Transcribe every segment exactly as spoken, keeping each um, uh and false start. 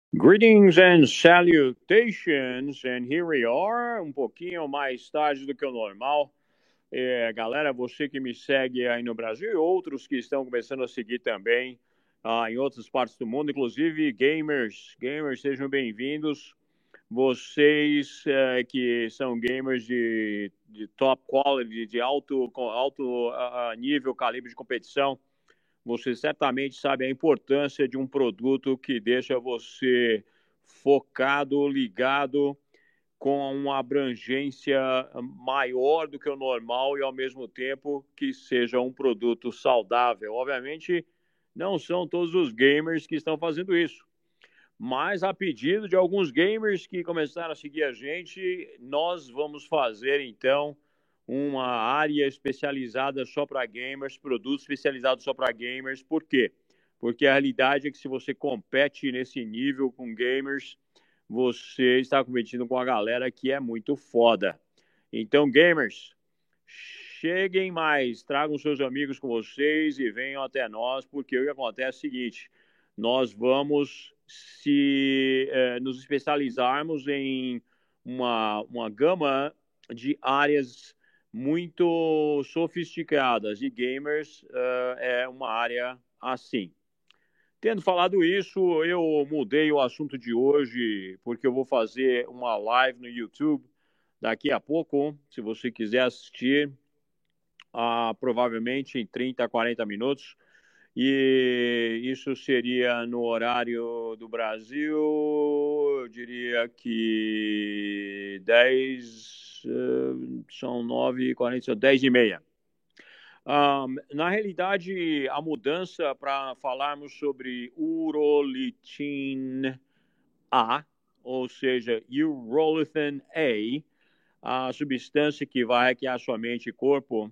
Greetings and salutations, and here we are, um pouquinho mais tarde do que o normal. É, galera, você que me segue aí no Brasil e outros que estão começando a seguir também ah, em outras partes do mundo, inclusive gamers. Gamers, sejam bem-vindos. Vocês eh, que são gamers de, de top quality, de alto, alto ah, nível, calibre de competição, você certamente sabe a importância de um produto que deixa você focado, ligado, com uma abrangência maior do que o normal e, ao mesmo tempo, que seja um produto saudável. Obviamente, não são todos os gamers que estão fazendo isso, mas a pedido de alguns gamers que começaram a seguir a gente, nós vamos fazer, então, uma área especializada só para gamers, produtos especializados só para gamers. Por quê? Porque a realidade é que se você compete nesse nível com gamers, você está competindo com a galera que é muito foda. Então, gamers, cheguem mais, tragam seus amigos com vocês e venham até nós, porque o que acontece é o seguinte: nós vamos se eh, nos especializarmos em uma, uma gama de áreas muito sofisticadas, e gamers uh, é uma área assim. Tendo falado isso, eu mudei o assunto de hoje, porque eu vou fazer uma live no YouTube daqui a pouco. Se você quiser assistir, uh, provavelmente em trinta, quarenta minutos. E isso seria no horário do Brasil, eu diria que dez, uh, são nove e quarenta, são dez e meia. Um, na realidade, a mudança para falarmos sobre urolitin A, ou seja, urolithin A, a substância que vai hackear sua mente e corpo.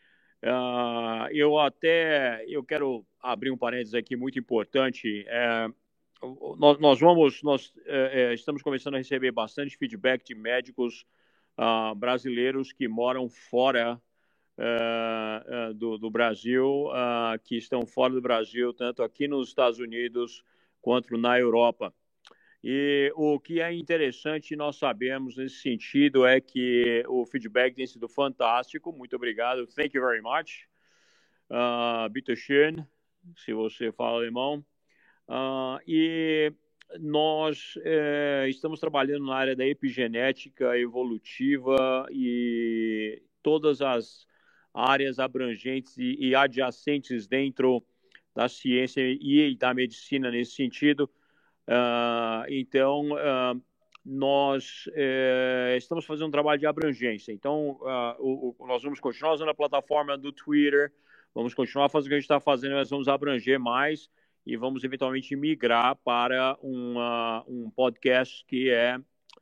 Uh, eu até eu quero abrir um parênteses aqui muito importante. É, nós, nós vamos, nós é, estamos começando a receber bastante feedback de médicos uh, brasileiros que moram fora uh, uh, do, do Brasil, uh, que estão fora do Brasil, tanto aqui nos Estados Unidos quanto na Europa. E o que é interessante nós sabemos nesse sentido é que o feedback tem sido fantástico. Muito obrigado. Thank you very much. Uh, bitte schön, se você fala alemão. Uh, e nós eh, estamos trabalhando na área da epigenética evolutiva e todas as áreas abrangentes e, e adjacentes dentro da ciência e da medicina nesse sentido. Uh, então, uh, nós uh, estamos fazendo um trabalho de abrangência. Então, uh, o, o, nós vamos continuar usando a plataforma do Twitter, vamos continuar fazendo o que a gente está fazendo, mas vamos abranger mais e vamos eventualmente migrar para uma, um podcast que é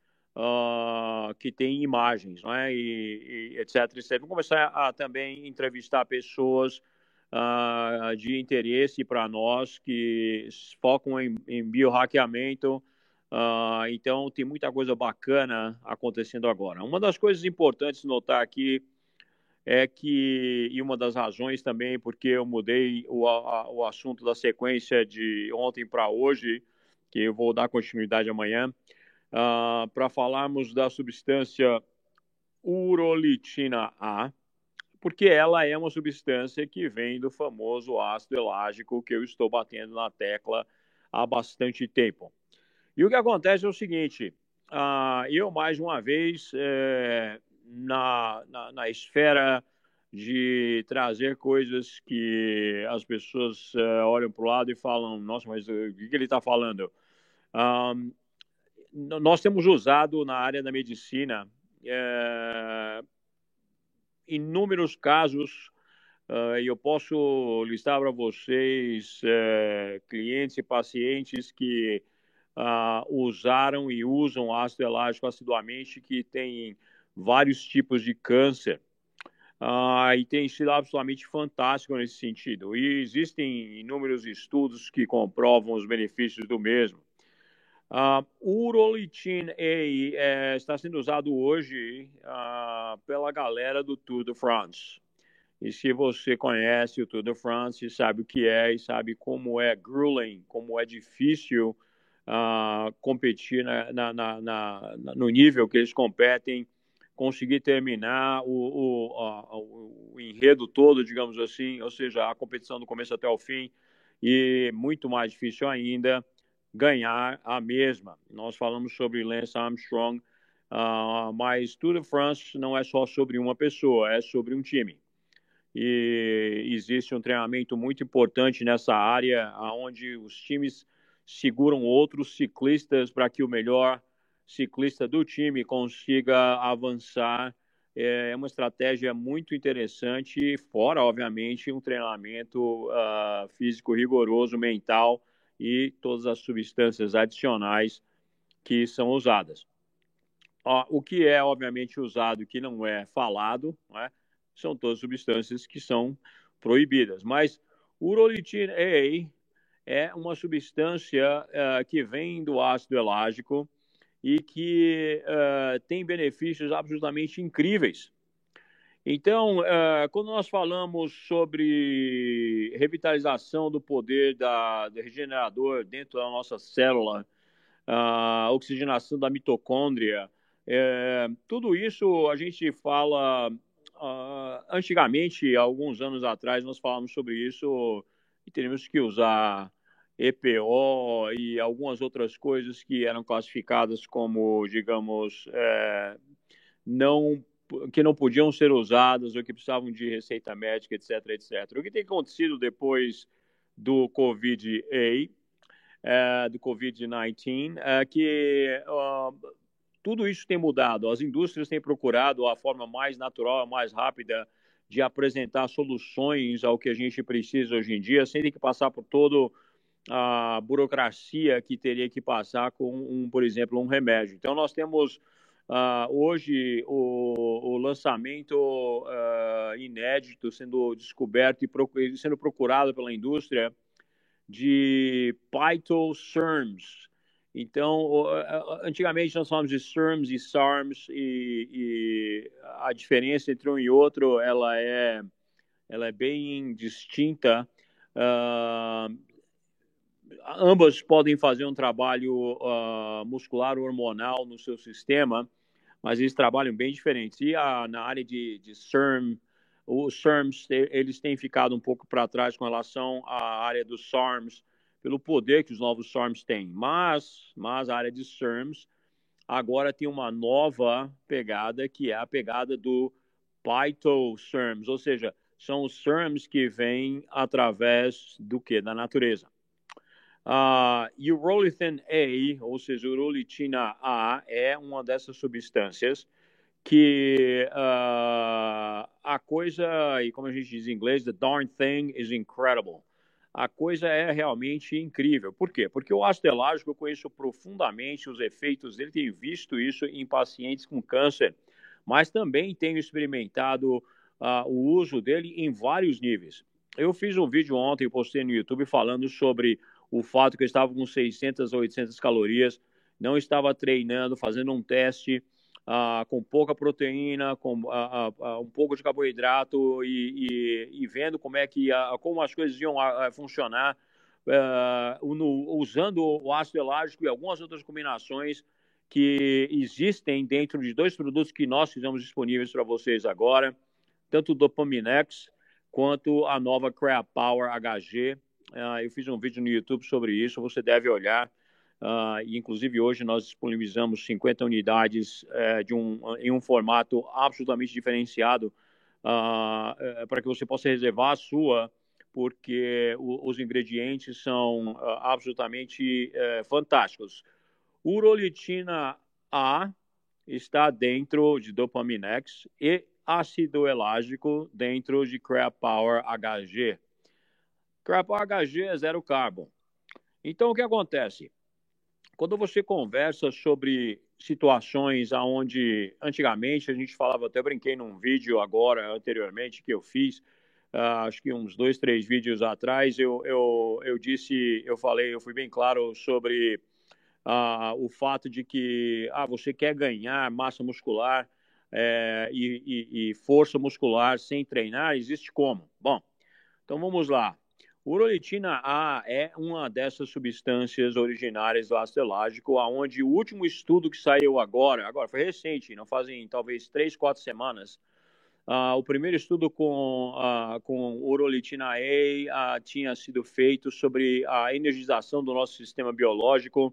uh, que tem imagens, não é? E, e etc, etcétera. Vamos começar a também entrevistar pessoas Uh, de interesse para nós que focam em, em biohackeamento. Uh, então, tem muita coisa bacana acontecendo agora. Uma das coisas importantes notar aqui é que, e uma das razões também porque eu mudei o, a, o assunto da sequência de ontem para hoje, que eu vou dar continuidade amanhã, uh, para falarmos da substância urolitina A, porque ela é uma substância que vem do famoso ácido elágico que eu estou batendo na tecla há bastante tempo. E o que acontece é o seguinte, uh, eu mais uma vez, é, na, na, na esfera de trazer coisas que as pessoas uh, olham para o lado e falam, nossa, mas o que, que ele está falando? Um, nós temos usado na área da medicina é, inúmeros casos, uh, e eu posso listar para vocês uh, clientes e pacientes que uh, usaram e usam ácido elágico assiduamente, que têm vários tipos de câncer. Uh, e tem sido absolutamente fantástico nesse sentido. E existem inúmeros estudos que comprovam os benefícios do mesmo. Uh, o urolitin A é, está sendo usado hoje uh, pela galera do Tour de France. E se você conhece o Tour de France, sabe o que é e sabe como é grueling, como é difícil uh, competir na, na, na, na, no nível que eles competem, conseguir terminar o, o, a, o enredo todo, digamos assim, ou seja, a competição do começo até o fim, e muito mais difícil ainda, ganhar a mesma. Nós falamos sobre Lance Armstrong, uh, mas Tour de France não é só sobre uma pessoa, é sobre um time. E existe um treinamento muito importante nessa área, onde os times seguram outros ciclistas para que o melhor ciclista do time consiga avançar. É uma estratégia muito interessante, fora, obviamente, um treinamento uh, físico rigoroso, mental e todas as substâncias adicionais que são usadas. Uh, o que é, obviamente, usado e que não é falado, não é? São todas substâncias que são proibidas. Mas o urolitin A é uma substância uh, que vem do ácido elágico e que uh, tem benefícios absolutamente incríveis. Então, uh, quando nós falamos sobre revitalização do poder da, do regenerador dentro da nossa célula, uh, oxigenação da mitocôndria, é, tudo isso a gente fala, uh, antigamente, alguns anos atrás, nós falamos sobre isso e teríamos que usar E P O e algumas outras coisas que eram classificadas como, digamos, é, não, que não podiam ser usadas ou que precisavam de receita médica, etc, etcétera. O que tem acontecido depois do Covid-A, é, do Covid dezenove, é que uh, tudo isso tem mudado. As indústrias têm procurado a forma mais natural, mais rápida de apresentar soluções ao que a gente precisa hoje em dia, sem ter que passar por todo a burocracia que teria que passar com, um, por exemplo, um remédio. Então, nós temos uh, hoje o, o lançamento uh, inédito sendo descoberto e proc sendo procurado pela indústria de phytocerms. Então, antigamente nós falamos de serms e sarms e, e a diferença entre um e outro ela é, ela é bem distinta. Uh, ambas podem fazer um trabalho uh, muscular hormonal no seu sistema, mas eles trabalham bem diferentes. E a, na área de, de S E R M, os S E R Ms, eles têm ficado um pouco para trás com relação à área dos S A R Ms, pelo poder que os novos S A R Ms têm. Mas, mas a área de S E R Ms agora tem uma nova pegada, que é a pegada do Phyto-S E R Ms, ou seja, são os S E R Ms que vêm através do que? Da natureza. Uh, Urolithin A, ou seja, urolitina A, é uma dessas substâncias que uh, a coisa, e como a gente diz em inglês, the darn thing is incredible. A coisa é realmente incrível. Por quê? Porque o ácido elágico, eu conheço profundamente os efeitos dele, tenho visto isso em pacientes com câncer, mas também tenho experimentado uh, o uso dele em vários níveis. Eu fiz um vídeo ontem, postei no YouTube, falando sobre o fato que eu estava com seiscentas a oitocentas calorias, não estava treinando, fazendo um teste uh, com pouca proteína, com uh, uh, um pouco de carboidrato e, e, e vendo como é que uh, como as coisas iam uh, funcionar, uh, no, usando o ácido elágico e algumas outras combinações que existem dentro de dois produtos que nós fizemos disponíveis para vocês agora, tanto o Dopaminex quanto a nova Crab Power H G. Uh, eu fiz um vídeo no YouTube sobre isso, você deve olhar. Uh, e inclusive hoje nós disponibilizamos cinquenta unidades uh, de um, em um formato absolutamente diferenciado uh, uh, para que você possa reservar a sua, porque o, os ingredientes são uh, absolutamente uh, fantásticos. Urolitina A está dentro de Dopaminex e ácido elágico dentro de Crab Power H G. Crab Power H G é zero carbo. Então, o que acontece? Quando você conversa sobre situações onde antigamente a gente falava, até brinquei num vídeo agora, anteriormente, que eu fiz, uh, acho que uns dois, três vídeos atrás, eu, eu, eu disse, eu falei, eu fui bem claro sobre uh, o fato de que ah, você quer ganhar massa muscular é, e, e, e força muscular sem treinar, existe como? Bom, então vamos lá. Urolitina A é uma dessas substâncias originárias do ácido elágico, aonde o último estudo que saiu agora, agora foi recente, não fazem talvez três, quatro semanas, uh, o primeiro estudo com, uh, com urolitina A uh, tinha sido feito sobre a energização do nosso sistema biológico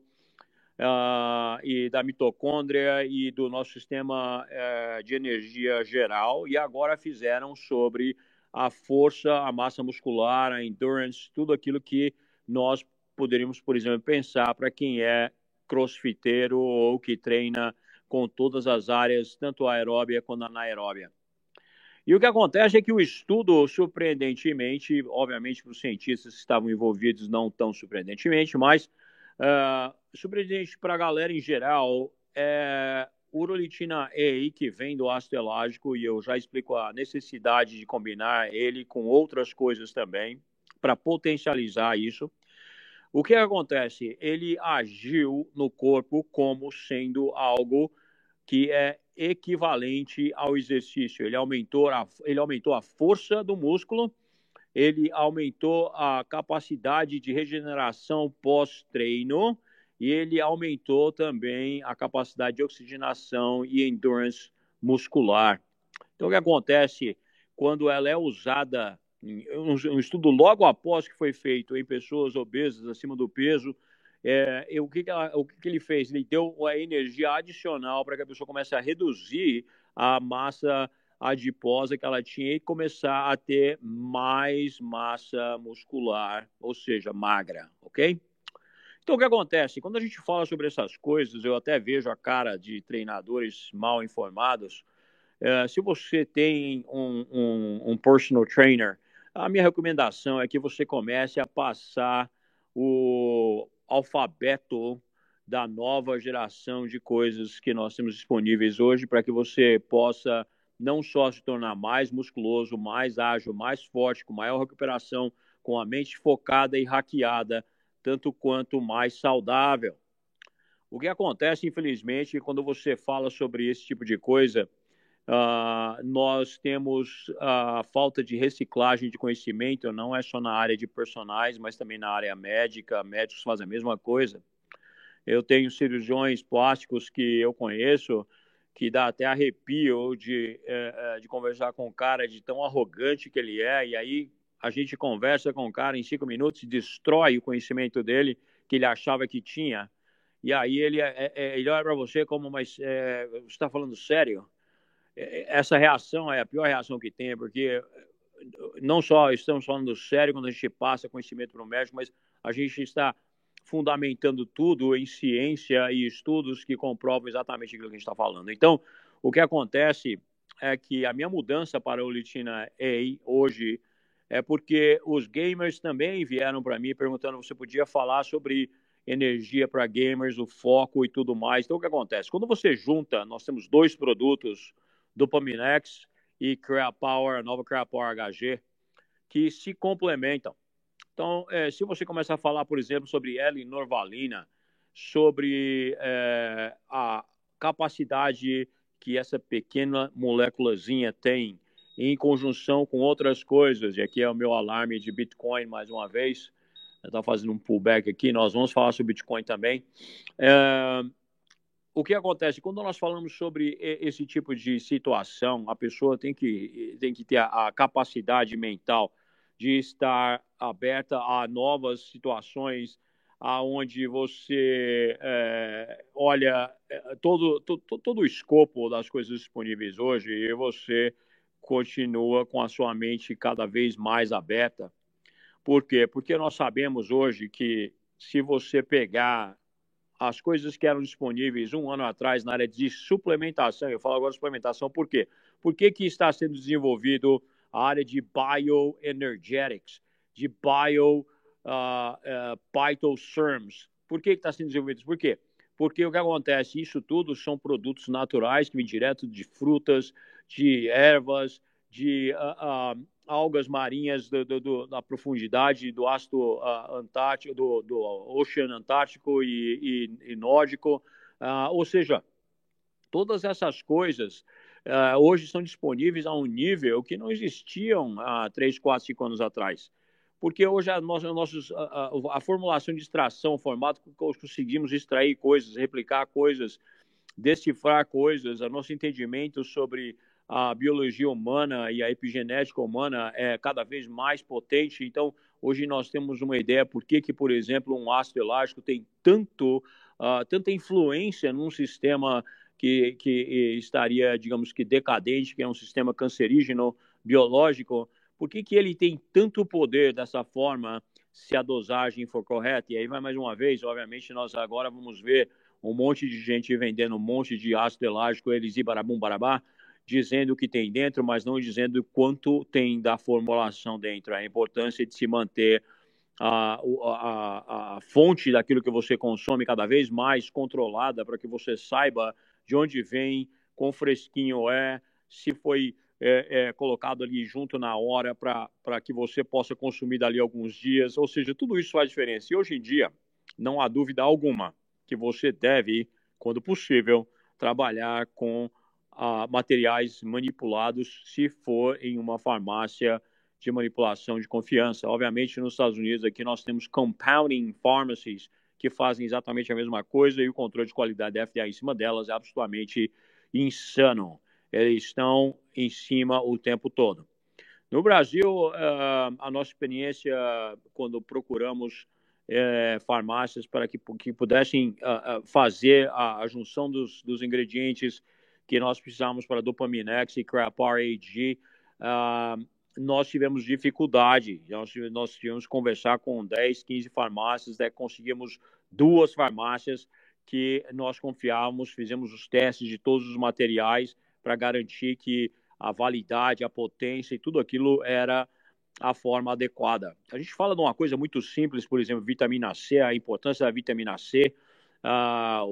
uh, e da mitocôndria e do nosso sistema uh, de energia geral, e agora fizeram sobre a força, a massa muscular, a endurance, tudo aquilo que nós poderíamos, por exemplo, pensar para quem é crossfiteiro ou que treina com todas as áreas, tanto a aeróbia quanto a anaeróbia. E o que acontece é que o estudo, surpreendentemente, obviamente para os cientistas que estavam envolvidos não tão surpreendentemente, mas uh, surpreendente para a galera em geral, é urolitina E, que vem do ácido elágico, e eu já explico a necessidade de combinar ele com outras coisas também, para potencializar isso. O que acontece? Ele agiu no corpo como sendo algo que é equivalente ao exercício. Ele aumentou a, ele aumentou a força do músculo, ele aumentou a capacidade de regeneração pós-treino, e ele aumentou também a capacidade de oxigenação e endurance muscular. Então, o que acontece quando ela é usada, um estudo logo após que foi feito em pessoas obesas, acima do peso, é, o, que, que, ela, o que, que ele fez? Ele deu a energia adicional para que a pessoa comece a reduzir a massa adiposa que ela tinha e começar a ter mais massa muscular, ou seja, magra, ok? Então, o que acontece? Quando a gente fala sobre essas coisas, eu até vejo a cara de treinadores mal informados. Uh, se você tem um, um, um personal trainer, a minha recomendação é que você comece a passar o alfabeto da nova geração de coisas que nós temos disponíveis hoje para que você possa não só se tornar mais musculoso, mais ágil, mais forte, com maior recuperação, com a mente focada e hackeada, tanto quanto mais saudável. O que acontece, infelizmente, quando você fala sobre esse tipo de coisa, uh, nós temos a uh, falta de reciclagem de conhecimento, não é só na área de personagens, mas também na área médica, médicos fazem a mesma coisa. Eu tenho cirurgiões plásticos que eu conheço que dá até arrepio de, uh, de conversar com o cara, de tão arrogante que ele é, e aí a gente conversa com o cara em cinco minutos e destrói o conhecimento dele que ele achava que tinha. E aí ele, é, é, ele olha para você como, mas é, você está falando sério? Essa reação é a pior reação que tem, porque não só estamos falando sério quando a gente passa conhecimento para o médico, mas a gente está fundamentando tudo em ciência e estudos que comprovam exatamente aquilo que a gente está falando. Então, o que acontece é que a minha mudança para a urolitina A hoje é porque os gamers também vieram para mim perguntando se você podia falar sobre energia para gamers, o foco e tudo mais. Então, o que acontece? Quando você junta, nós temos dois produtos, Dopaminex e CreaPower, a nova CreaPower H G, que se complementam. Então, é, se você começar a falar, por exemplo, sobre L-norvalina, sobre é, a capacidade que essa pequena moléculazinha tem em conjunção com outras coisas, e aqui é o meu alarme de Bitcoin mais uma vez, eu estou fazendo um pullback aqui, nós vamos falar sobre Bitcoin também. É, o que acontece? Quando nós falamos sobre esse tipo de situação, a pessoa tem que, tem que ter a, a capacidade mental de estar aberta a novas situações, aonde você é, olha todo, todo, todo o escopo das coisas disponíveis hoje e você continua com a sua mente cada vez mais aberta. Por quê? Porque nós sabemos hoje que se você pegar as coisas que eram disponíveis um ano atrás na área de suplementação, eu falo agora de suplementação, por quê? Por que que está sendo desenvolvido a área de bioenergetics, de bio uh, uh, phytoserms? Por que que está sendo desenvolvido isso? Por quê? Porque o que acontece? Isso tudo são produtos naturais que vêm direto de frutas, de ervas, de uh, uh, algas marinhas do, do, do, da profundidade do ácido uh, antártico, do, do oceano antártico e, e, e nórdico, uh, ou seja, todas essas coisas uh, hoje estão disponíveis a um nível que não existiam há três, quatro, cinco anos atrás. porque hoje a, nossa, nossos, a, a, a formulação de extração, o formato que conseguimos extrair coisas, replicar coisas, decifrar coisas, o nosso entendimento sobre a biologia humana e a epigenética humana é cada vez mais potente. Então, hoje nós temos uma ideia por que, que por exemplo, um ácido elástico tem tanto, uh, tanta influência num sistema que, que estaria, digamos que, decadente, que é um sistema cancerígeno biológico. Por que, que ele tem tanto poder dessa forma, se a dosagem for correta? E aí vai mais uma vez, obviamente, nós agora vamos ver um monte de gente vendendo um monte de ácido elástico, eles e barabum barabá, dizendo o que tem dentro, mas não dizendo quanto tem da formulação dentro. A importância de se manter a, a, a fonte daquilo que você consome cada vez mais controlada, para que você saiba de onde vem, quão fresquinho é, se foi é, é, colocado ali junto na hora para que você possa consumir dali alguns dias. Ou seja, tudo isso faz diferença. E hoje em dia, não há dúvida alguma que você deve, quando possível, trabalhar com ah, materiais manipulados, se for em uma farmácia de manipulação de confiança. Obviamente, nos Estados Unidos, aqui nós temos compounding pharmacies que fazem exatamente a mesma coisa e o controle de qualidade da F D A em cima delas é absolutamente insano. Eles estão em cima o tempo todo. No Brasil, a nossa experiência, quando procuramos é, farmácias para que, que pudessem uh, fazer a, a junção dos, dos ingredientes que nós precisamos para Dopaminex e Crapar A G, uh, nós tivemos dificuldade. Nós, nós tivemos que conversar com dez, quinze farmácias, até que conseguimos duas farmácias que nós confiávamos, fizemos os testes de todos os materiais para garantir que a validade, a potência e tudo aquilo era a forma adequada. A gente fala de uma coisa muito simples, por exemplo, vitamina C, a importância da vitamina C. Ah,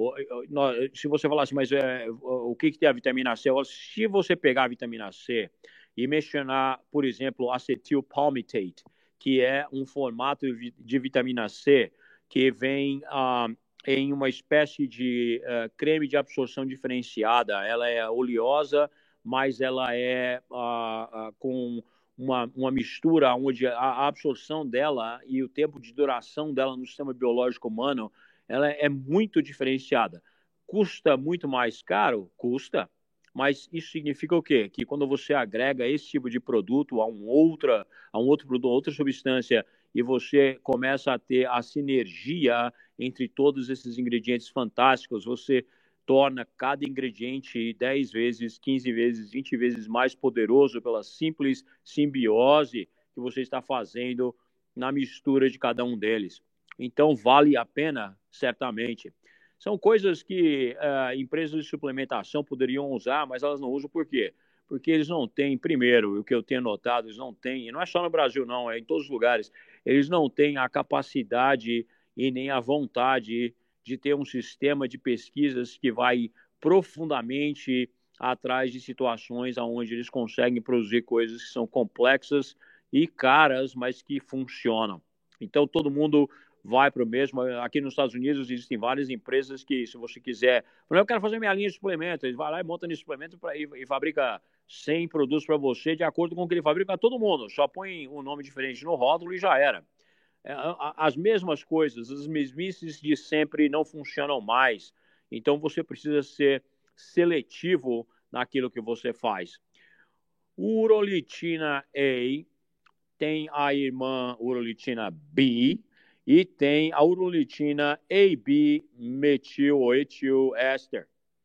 se você falar assim, mas é, o que, que tem a vitamina C? Se você pegar a vitamina C e mencionar, por exemplo, acetilpalmitate, que é um formato de vitamina C que vem ah, em uma espécie de uh, creme de absorção diferenciada. Ela é oleosa, mas ela é uh, uh, com uma, uma mistura onde a absorção dela e o tempo de duração dela no sistema biológico humano, ela é muito diferenciada. Custa muito mais caro? Custa. Mas isso significa o quê? Que quando você agrega esse tipo de produto a um, outra, a um outro produto, a outra substância, e você começa a ter a sinergia entre todos esses ingredientes fantásticos, você torna cada ingrediente dez vezes, quinze vezes, vinte vezes mais poderoso pela simples simbiose que você está fazendo na mistura de cada um deles. Então, vale a pena, certamente. São coisas que uh, empresas de suplementação poderiam usar, mas elas não usam por quê? Porque eles não têm, primeiro, o que eu tenho notado, eles não têm, e não é só no Brasil não, é em todos os lugares, eles não têm a capacidade e nem a vontade de ter um sistema de pesquisas que vai profundamente atrás de situações onde eles conseguem produzir coisas que são complexas e caras, mas que funcionam. Então, todo mundo vai para o mesmo. Aqui nos Estados Unidos existem várias empresas que, se você quiser, por exemplo, eu quero fazer minha linha de suplemento, eles vão lá e montam nesse suplemento pra, e, e fabrica cem produtos para você de acordo com o que ele fabrica para todo mundo. Só põe um nome diferente no rótulo e já era. As mesmas coisas, as mesmices de sempre não funcionam mais. Então, você precisa ser seletivo naquilo que você faz. Urolitina A tem a irmã urolitina B e tem a urolitina A B metil ou etil éster.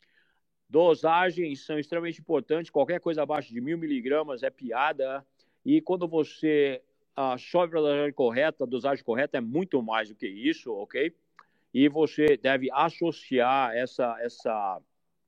Dosagens são extremamente importantes. Qualquer coisa abaixo de mil miligramas é piada. E quando você uh, chove a dosagem correta, a dosagem correta é muito mais do que isso, ok? E você deve associar essa, essa,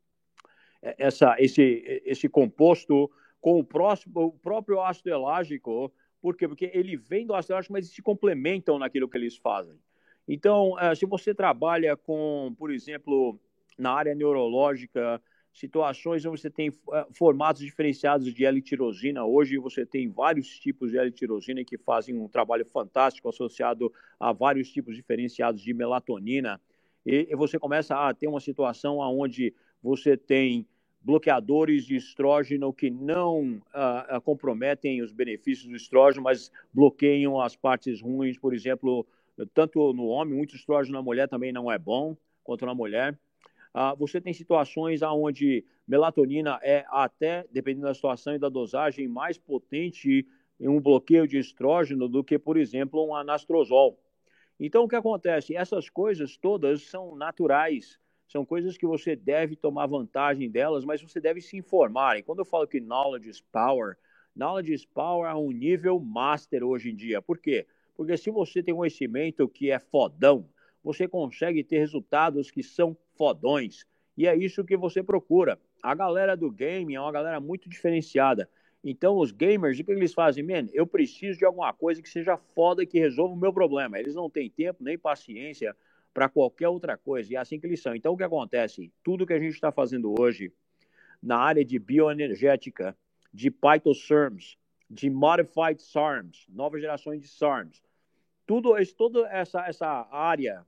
essa, esse, esse composto com o, próximo, o próprio ácido elágico. Por quê? Porque ele vem do ácido elágico, mas eles se complementam naquilo que eles fazem. Então, uh, se você trabalha com, por exemplo, na área neurológica, situações onde você tem uh, formatos diferenciados de L-tirosina. Hoje você tem vários tipos de L-tirosina que fazem um trabalho fantástico associado a vários tipos diferenciados de melatonina. E, e você começa a ter uma situação onde você tem bloqueadores de estrógeno que não uh, comprometem os benefícios do estrógeno, mas bloqueiam as partes ruins, por exemplo, tanto no homem, muito estrógeno na mulher também não é bom, quanto na mulher. Uh, você tem situações onde melatonina é até, dependendo da situação e da dosagem, mais potente em um bloqueio de estrógeno do que, por exemplo, um anastrozol. Então, o que acontece? Essas coisas todas são naturais, são coisas que você deve tomar vantagem delas, mas você deve se informar. E quando eu falo que knowledge is power, knowledge is power é um nível master hoje em dia. Por quê? Porque se você tem um conhecimento que é fodão, você consegue ter resultados que são fodões. E é isso que você procura. A galera do game é uma galera muito diferenciada. Então, os gamers, o que eles fazem? Man, eu preciso de alguma coisa que seja foda e que resolva o meu problema. Eles não têm tempo nem paciência para qualquer outra coisa. E é assim que eles são. Então, o que acontece? Tudo que a gente está fazendo hoje na área de bioenergética, de phytosarms, de modified SARMs, novas gerações de SARMs, tudo, toda essa, essa área,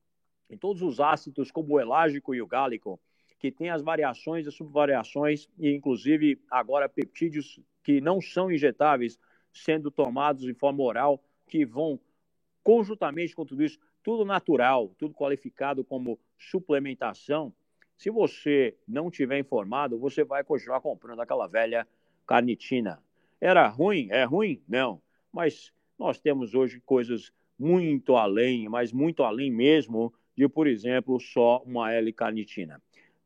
em todos os ácidos, como o elágico e o gálico, que tem as variações e subvariações, e inclusive agora peptídeos que não são injetáveis, sendo tomados de forma oral, que vão conjuntamente com tudo isso, tudo natural, tudo qualificado como suplementação. Se você não tiver informado, você vai continuar comprando aquela velha carnitina. Era ruim? É ruim? Não. Mas nós temos hoje coisas muito além, mas muito além mesmo de, por exemplo, só uma L-carnitina.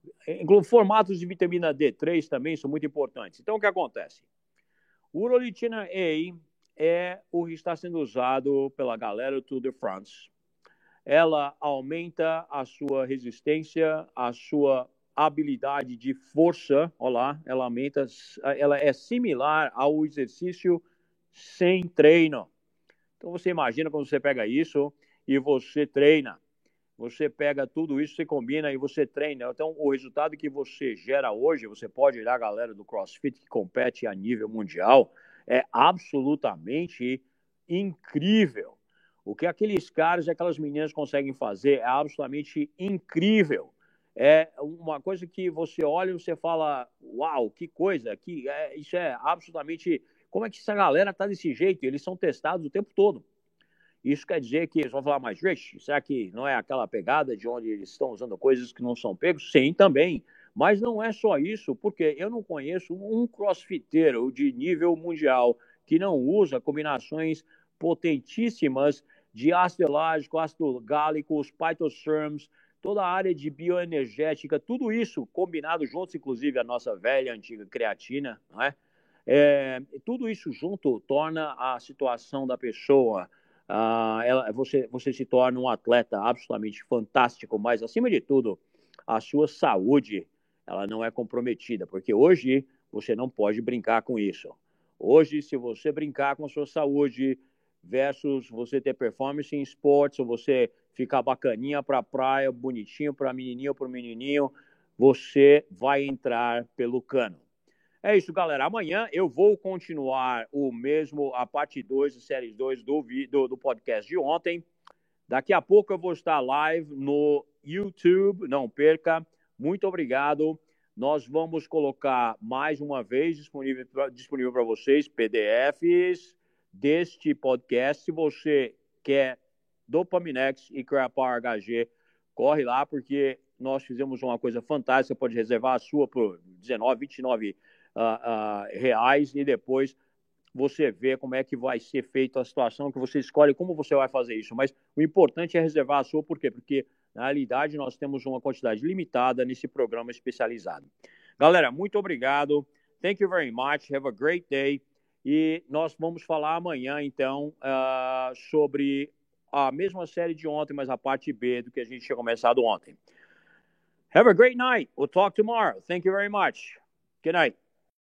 Formatos de vitamina D três também são muito importantes. Então, o que acontece? O urolitina A é o que está sendo usado pela galera do Tour de France. Ela aumenta a sua resistência, a sua habilidade de força. Olha lá, ela aumenta, ela é similar ao exercício sem treino. Então, você imagina quando você pega isso e você treina. Você pega tudo isso, você combina e você treina. Então, o resultado que você gera hoje, você pode ir à galera do CrossFit que compete a nível mundial, é absolutamente incrível. O que aqueles caras e aquelas meninas conseguem fazer é absolutamente incrível. É uma coisa que você olha e você fala, uau, que coisa, que é, isso é absolutamente... Como é que essa galera está desse jeito? Eles são testados o tempo todo. Isso quer dizer que eles vão falar, mas Rich, será que não é aquela pegada de onde eles estão usando coisas que não são pegos? Sim, também. Mas não é só isso, porque eu não conheço um crossfiteiro de nível mundial que não usa combinações potentíssimas de ácido elágico, ácido gálico, os phytosarms, toda a área de bioenergética, tudo isso combinado juntos, inclusive a nossa velha, antiga creatina, não é? É, tudo isso junto torna a situação da pessoa... Uh, ela, você, você se torna um atleta absolutamente fantástico, mas, acima de tudo, a sua saúde ela não é comprometida, porque hoje você não pode brincar com isso. Hoje, se você brincar com a sua saúde versus você ter performance em esportes, ou você ficar bacaninha para a praia, bonitinho para a menininha ou para o menininho, você vai entrar pelo cano. É isso, galera. Amanhã eu vou continuar o mesmo, a parte dois, a série dois do, do, do podcast de ontem. Daqui a pouco eu vou estar live no YouTube. Não perca. Muito obrigado. Nós vamos colocar mais uma vez disponível, disponível para vocês P D Fs deste podcast. Se você quer Dopaminex e Crapar H G, corre lá, porque nós fizemos uma coisa fantástica. Você pode reservar a sua por dezenove, vinte e nove Uh, uh, reais e depois você vê como é que vai ser feita a situação, que você escolhe como você vai fazer isso. Mas o importante é reservar a sua, por quê? Porque na realidade nós temos uma quantidade limitada nesse programa especializado. Galera, muito obrigado. Thank you very much. Have a great day. E nós vamos falar amanhã, então, uh, sobre a mesma série de ontem, mas a parte B do que a gente tinha começado ontem. Have a great night. We'll talk tomorrow. Thank you very much. Good night.